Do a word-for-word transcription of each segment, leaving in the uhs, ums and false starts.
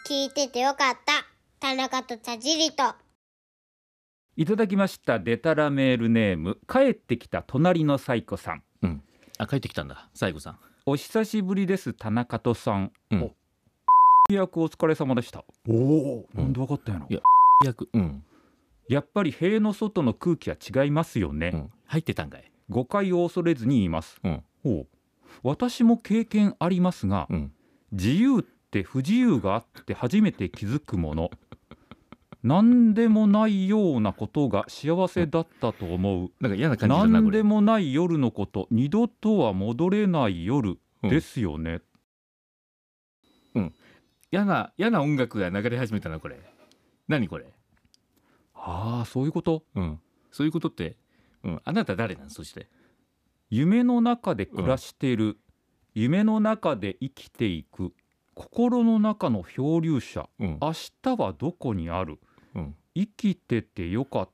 聞いててよかった。田中と田尻と。 いただきました。デタラメールネーム、帰ってきた隣のサイコさん。 うん、あ、帰ってきたんだ、サイコさん。 お久しぶりです、田中とさん。 うん、 お役お疲れ様でした。おお、なんでわかったんやろ。 いや、役、うん。 やっぱり塀の外の空気は違いますよね。 うん、入ってたんかい。 誤解を恐れずに言います。 うん、 ほう、私も経験ありますが、うん、自由って不自由があって初めて気づくもの。何でもないようなことが幸せだったと思う。 なんか嫌な感じだな。 何でもない夜のこと、二度とは戻れない夜ですよね。 うん、うん、嫌な嫌な音楽が流れ始めたなこれ。何これ。 ああ、そういうこと。 うん、そういうことって、うん、あなた誰なん。そして夢の中で暮らしている、うん、夢の中で生きていく心の中の漂流者、うん、明日はどこにある、うん、生きててよかった、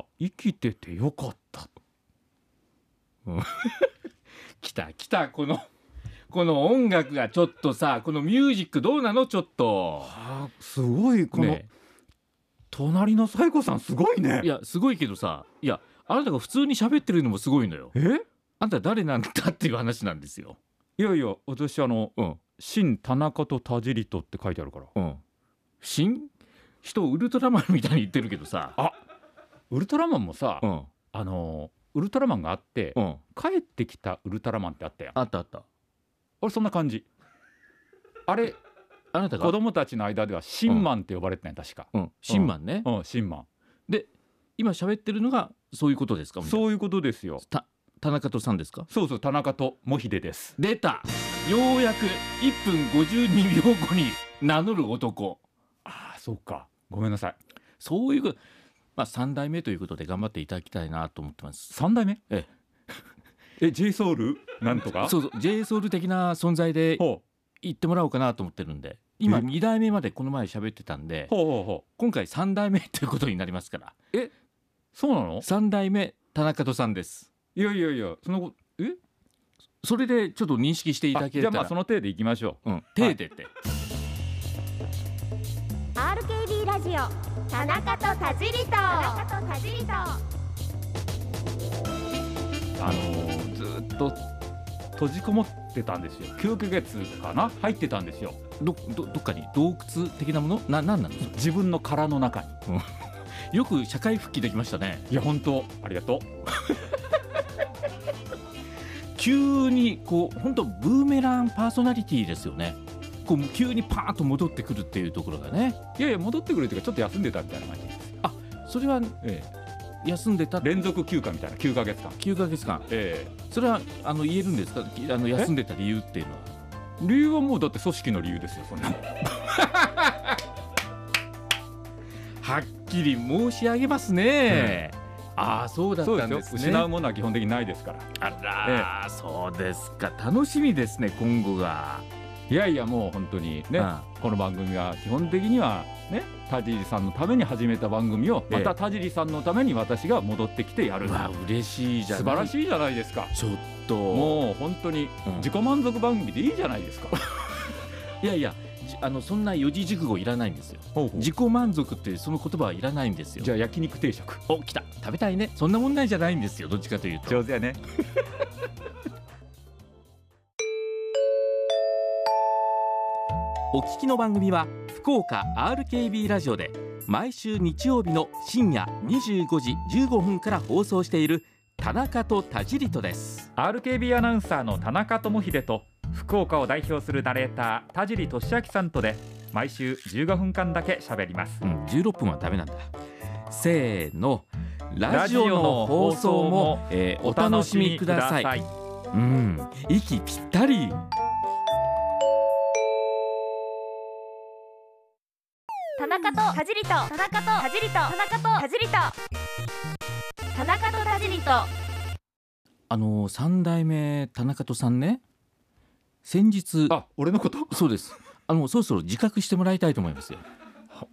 生きててよかった、 うん、来た来た、このこの音楽がちょっとさ、このミュージックどうなのちょっと、 はあ、すごいこの、ね、隣のサイコさんすごいね。 いやすごいけどさ、いやあなたが普通に喋ってるのもすごいのよ。 え、 あんた誰なんだっていう話なんですよ。 いやいや、私あの、うん、新田中と田尻とって書いてあるから。 うん、新人ウルトラマンみたいに言ってるけどさ。 あ、ウルトラマンもさ、うん、あのウルトラマンがあって、うん、帰ってきたウルトラマンってあったやん。 あったあった。 俺そんな感じ。あれあなたが子供たちの間ではシンマンって呼ばれてたんや確か、 うん、シンマンね、 うんうん、シンマンで今喋ってるのがそういうことですか。 そういうことですよ。 た田中とさんですか。 そうそう、田中とモヒデです。 出た、ようやくいっぷんごじゅうにびょうごに名乗る男。 ああ、そうか、ごめんなさい。 そういうこと、まあさん代目ということで頑張っていただきたいなと思ってます。 さん代目。 えええ J ソウルなんとか。 そうそう、 J ソウル的な存在で言ってもらおうかなと思ってるんで、今に代目までこの前喋ってたんで、 ほうほうほう、 今回さん代目ということになりますから。 え、そうなの。 さん代目田中とさんです。 いやいやいや、そのえそれでちょっと認識していただけたら。 じゃあまあその手でいきましょう。 うん、手でって、 はい、アールケービー ラジオ田中と田尻と。田中と田尻と。 あのー、ずっと閉じこもってたんですよ。きゅうかげつかな、入ってたんですよ。 ど, ど, どっかに洞窟的なものな、なんなの。 自分の殻の中に、 うん、よく社会復帰できましたね。 いや本当ありがとう。 急にこう本当ブーメランパーソナリティですよね。こう急にパーンと戻ってくるっていうところがね。 いやいや、戻ってくるっていうかちょっと休んでたみたいな感じです。 あ、それは、ええ、休んでた連続休暇みたいなきゅうかげつかん。 きゅうかげつかん、ええ、それはあの言えるんですか。あの休んでた理由っていうのは。 理由はもうだって組織の理由ですよ、そんなはっきり申し上げますね、うん、ああ、そうだったんですね。 失うものは基本的にないですから。 あら、ええ、そうですか。楽しみですね、今後が。 いやいや、もう本当にね、ああ、この番組は基本的にはね、田尻さんのために始めた番組をまた田尻さんのために私が戻ってきてやる。 わ、嬉しいじゃない。 素晴らしいじゃないですか。 ちょっともう本当に自己満足番組でいいじゃないですか、 うん、いやいや、あのそんな四字熟語いらないんですよ。ほうほう、自己満足ってその言葉はいらないんですよ。 じゃあ焼肉定食。 お、来た、食べたいね。そんな問題じゃないんですよ、どっちかというと。 上手やねお聞きの番組は福岡 アールケービー ラジオで毎週日曜日の深夜にじゅうごじじゅうごふんから放送している田中と田尻とです。 アールケービー アナウンサーの田中智秀と福岡を代表するナレーター田尻俊明さんとで毎週じゅうごふんかんだけ喋ります、 うん、じゅうろっぷんはダメなんだ。せーの、ラジオの放送も、えー、お楽しみください。うん、息ぴったり。 田中と田尻と田中と田尻と田中と田尻と田中と田尻と。 あのさん代目田中とさんね、先日。 あ、俺のこと。 そうです。あのそろそろ自覚してもらいたいと思いますよ。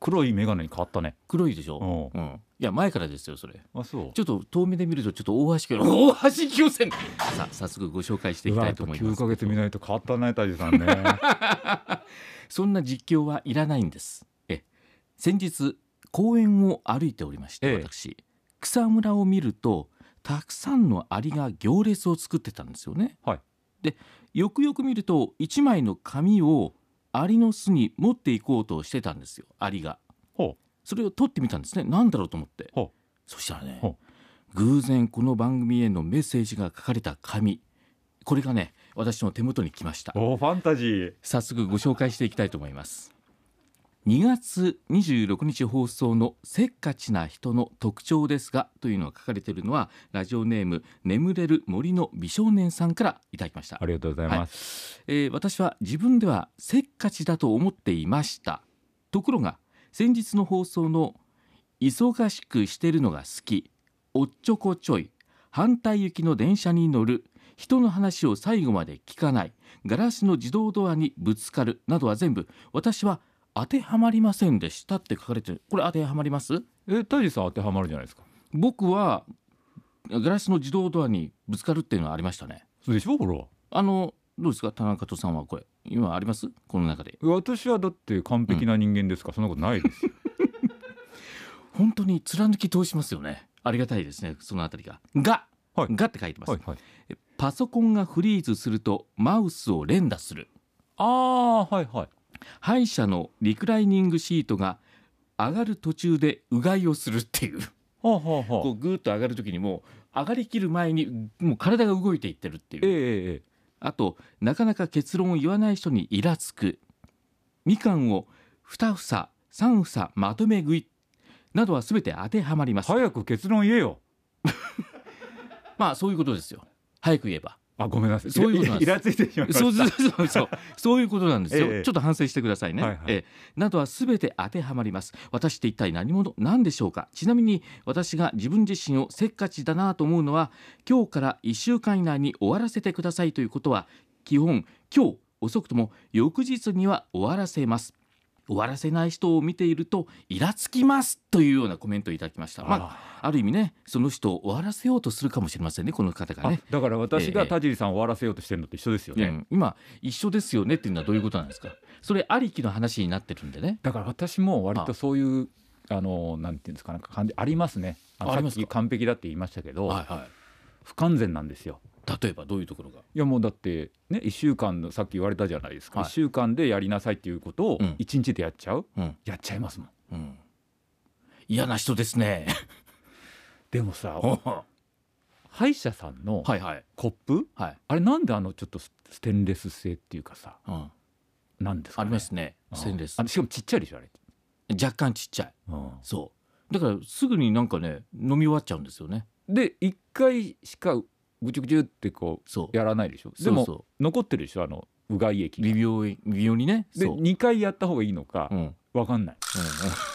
黒い眼鏡に変わったね。 黒いでしょ、 うんうん、いや前からですよそれ。 あ、そう。 ちょっと遠目で見るとちょっと大橋清大橋清泉さあ早速ご紹介していきたいと思います。 きゅうかげつ見ないと変わったね、タジさんね。 そんな実況はいらないんです。え先日公園を歩いておりまして、ええ、私草むらを見るとたくさんのアリが行列を作ってたんですよね、 はい、 でよくよく見るといちまいの紙をアリの巣に持っていこうとしてたんですよ、アリが。 ほう。 それを取ってみたんですね。なんだろうと思って。 ほう。 そしたらね、 ほう偶然この番組へのメッセージが書かれた紙、これがね私の手元に来ました。 おー、ファンタジー。 早速ご紹介していきたいと思います。にがつにじゅうろくにち放送のせっかちな人の特徴ですがというのが書かれているのはラジオネーム眠れる森の美少年さんからいただきました。 ありがとうございます、 はい。えー、私は自分ではせっかちだと思っていました。ところが先日の放送の忙しくしてるのが好き、おっちょこちょい、反対行きの電車に乗る、人の話を最後まで聞かない、ガラスの自動ドアにぶつかるなどは全部私は当てはまりませんでしたって書かれてる。これ当てはまります？ え、タジさん当てはまるじゃないですか。 僕はガラスの自動ドアにぶつかるっていうのはありましたね。 そうでしょ、これは。 あのどうですか田中とさんは、これ今あります？この中で。 私はだって完璧な人間ですから、うん、そんなことないですよ。 本当に貫き通しますよね。ありがたいですね、そのあたりが。が、はい、がって書いてます、 はいはい、 パソコンがフリーズするとマウスを連打する。 ああ、はいはい。 歯医者のリクライニングシートが上がる途中でうがいをするっていう、はあはあはあ、 こうぐーっと上がる時にもう上がりきる前にもう体が動いていってるっていう、 ええ、 あとなかなか結論を言わない人にイラつく、みかんをに房さん房まとめ食いなどは全て当てはまります。 早く結論言えよ。 まあそういうことですよ。早く言えば。 あ、ごめんなさい。 そういうことなんです。 イラついてしまいました。 そうそうそうそうそういうことなんですよ、 ええ、 ちょっと反省してくださいね、はいはい、ええ、などはすべて当てはまります。私って一体何者なんでしょうか。ちなみに私が自分自身をせっかちだなと思うのは、今日からいっしゅうかん以内に終わらせてくださいということは基本今日遅くとも翌日には終わらせます。終わらせない人を見ているとイラつきますというようなコメントをいただきました。あ、まあ、ある意味ね、その人を終わらせようとするかもしれませんね、この方がね。 だから私が田尻さんを終わらせようとしてるのと一緒ですよね、 えーうん、今一緒ですよねっていうのはどういうことなんですか。それありきの話になってるんでね。 だから私も割とそういうあのなんていうんですか、なんか感じありますね。あのさっき完璧だって言いましたけど、はいはい、不完全なんですよ。 例えばどういうところが。 いやもうだってね、いっしゅうかんのさっき言われたじゃないですか、はい、いっしゅうかんでやりなさいっていうことをいちにちでやっちゃう、うん、やっちゃいますもん、うん、 嫌な人ですね。 でもさ歯医者さんのコップ、はいはい、あれなんであのちょっとステンレス製っていうかさ、うん、なんですかね。 ありますね、ステンレス。 あ、しかもちっちゃいでしょあれ。 若干ちっちゃい、うん、そうだからすぐになんかね飲み終わっちゃうんですよね。 でいっかいしかぐちゅぐちゅってこうやらないでしょ。でもそうそう残ってるでしょ、あのうがい液が。微妙微妙にね。でにかいやった方がいいのか、うん、分かんない、うんうん、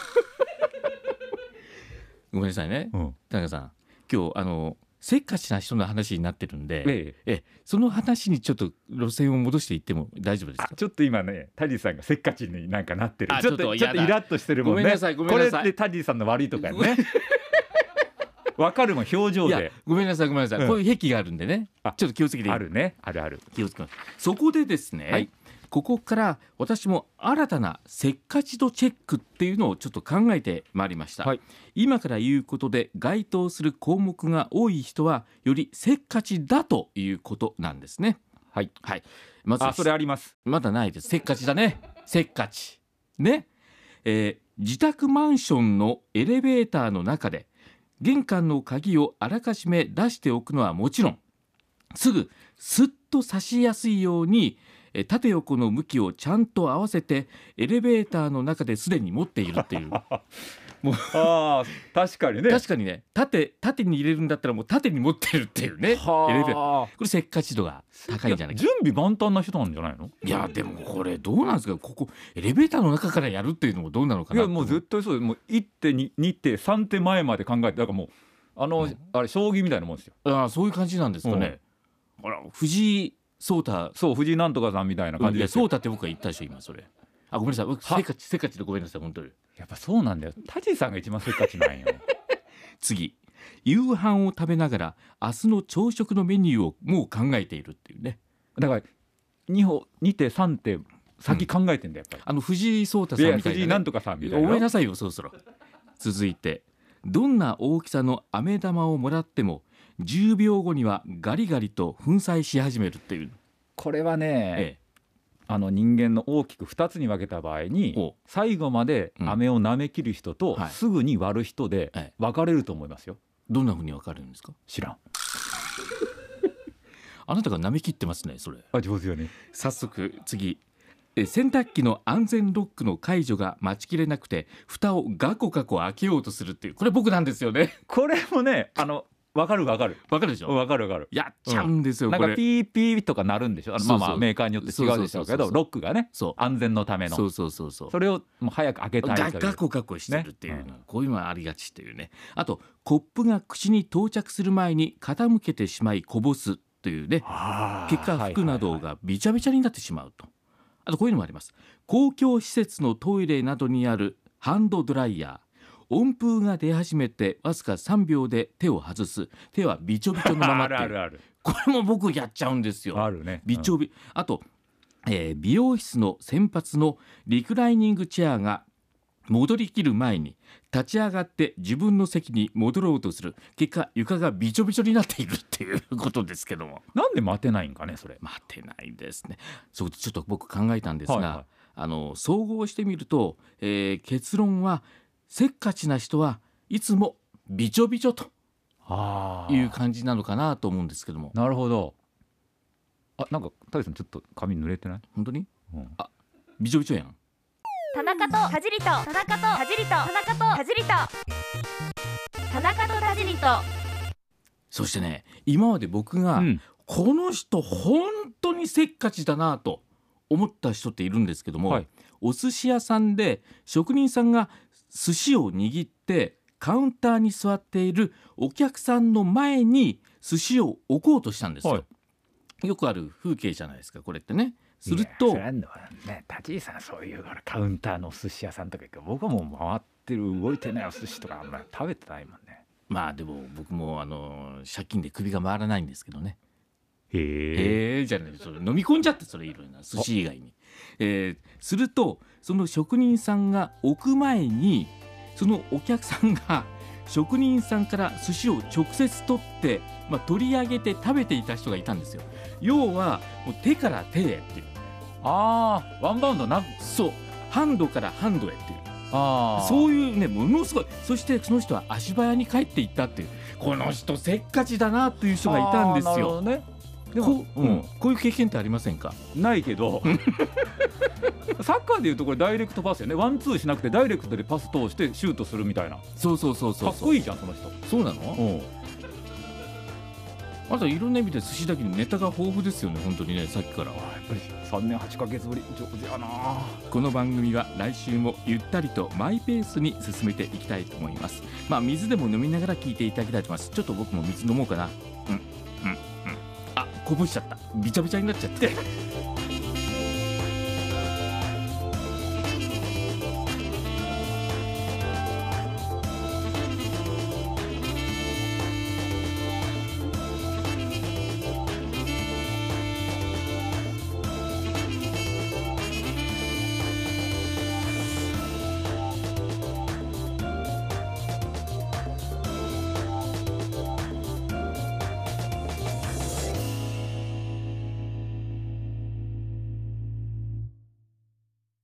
ごめんなさいね、うん、田中さん今日あのせっかちな人の話になってるんで、えええその話にちょっと路線を戻していっても大丈夫ですか。 ちょっと今ねタジさんがせっかちになんかなってる。ちょっとちょっとイラッとしてるもんね。ごめんなさいごめんなさい。これってタジさんの悪いとかねわかるもん表情で。いやごめんなさいごめんなさい、うん、こういう癖があるんでね、ちょっと気をつけて。 あるね、あるある、 気をつけます。そこでですね、はい、ここから私も新たなせっかち度チェックっていうのをちょっと考えてまいりました、はい、今から言うことで該当する項目が多い人はよりせっかちだということなんですね。はい、はい、まずあそれあります。 まだないです。せっかちだね、せっかちね、えー、自宅マンションのエレベーターの中で玄関の鍵をあらかじめ出しておくのはもちろん、すぐスッと差しやすいように縦横の向きをちゃんと合わせてエレベーターの中ですでに持っているっていうもうあ確かにね確かにね 縦, 縦に入れるんだったらもう縦に持ってるっていうねエレベーター。これせっかち度が高いんじゃないか。 準備万端な人なんじゃないの。 いやでもこれどうなんですか、ここエレベーターの中からやるっていうのもどうなのかな。 いやもう絶対そうです。もういち手に手さん手前まで考えて、だからもうあの、うん、あれ将棋みたいなもんですよ。 あそういう感じなんですかね、うん、ほら藤井聡太、 そう藤井なんとかさんみたいな感じで。 聡太って僕が言ったでしょ今それ。あごめんなさい、せっかちせっかちでごめんなさい本当に。 やっぱそうなんだよ。タジさんが一番せっかちなんよ。 次、夕飯を食べながら明日の朝食のメニューをもう考えているっていうね。 だからに歩に手さん手先考えてんだよ、やっぱり。 あの藤井聡太さんみたいな、ね、 藤井なんとかさんみたいな。 覚えなさいよそろそろ。続いて、どんな大きさの飴玉をもらってもじゅうびょうごにはガリガリと粉砕し始めるっていう。 これはね、ええ、あの人間の大きくふたつに分けた場合に、最後まで飴を舐め切る人と、うん、すぐに割る人で分かれると思いますよ。 どんな風に分かれるんですか？ 知らん。 あなたが舐め切ってますねそれ。 あ、上手よね。 早速次、え洗濯機の安全ロックの解除が待ちきれなくて蓋をガコガコ開けようとするっていう、これ僕なんですよね。 これもね、あの分かる分かる分かるでしょ。 分かる分かる。 やっちゃうんですよ、 うん、 これ。 なんかピーピーとかなるんでしょ。あのまあまあメーカーによって違うでしょうけど、ロックがね、そう安全のための、 そうそうそうそう、 それをもう早く開けたいというガコガコしてるっていうの、ね、うん、こういうのはありがちっていうね。あとコップが口に到着する前に傾けてしまいこぼすというね、結果服などがびちゃびちゃになってしまうと。あとこういうのもあります。公共施設のトイレなどにあるハンドドライヤー、温風が出始めてわずかさんびょうで手を外す、手はびちょびちょのままっていう。 あるあるある。 これも僕やっちゃうんですよ。 あるね、 びちょび、うん、あと、えー、美容室の先発のリクライニングチェアが戻りきる前に立ち上がって自分の席に戻ろうとする、結果床がびちょびちょになっているっていうことですけども、 なんで待てないんかねそれ。 待てないですね。そうちょっと僕考えたんですが、はいはい、あの総合してみると、えー、結論はせっかちな人はいつもびちょびちょという感じなのかなと思うんですけども。 なるほど。あ、なんかタイさんちょっと髪濡れてない？ 本当に、うん、あ、びちょびちょやん。 田中と田尻と田中と田尻と田中と田尻と田中と田尻と。 そしてね、今まで僕が、うん、この人本当にせっかちだなと思った人っているんですけども、はい、お寿司屋さんで職人さんが寿司を握ってカウンターに座っているお客さんの前に寿司を置こうとしたんですよ、はい、よくある風景じゃないですかこれってね。すると、 ね、立井さんそういうからカウンターのお寿司屋さんとか僕はもう回ってる動いてないお寿司とかあんまり食べてないもんね。 まあでも僕もあの借金で首が回らないんですけどね。 へえじゃあね、それ飲み込んじゃって、それいろいろな寿司以外に、えー、するとその職人さんが置く前にそのお客さんが職人さんから寿司を直接取って、まあ、取り上げて食べていた人がいたんですよ。要はもう手から手へっていう、 あーワンバウンドな、 そうハンドからハンドへっていう、 あそういうねものすごい。そしてその人は足早に帰っていったっていう、この人せっかちだなという人がいたんですよ。なるほどね。でもこう、うん、こういう経験ってありませんか？ ないけどサッカーでいうとこれダイレクトパスよね。ワンツーしなくてダイレクトでパス通してシュートするみたいな。 そうそうそうそう、 かっこいいじゃんその人。 そうなの？うん。あといろんな意味で寿司だけにネタが豊富ですよね本当にね。さっきからやっぱりさんねんはちかげつぶり上手やな。 この番組は来週もゆったりとマイペースに進めていきたいと思います。まあ水でも飲みながら聞いていただきたいと思います。ちょっと僕も水飲もうかな。うんうんうん。あ、こぼしちゃった。びちゃびちゃになっちゃって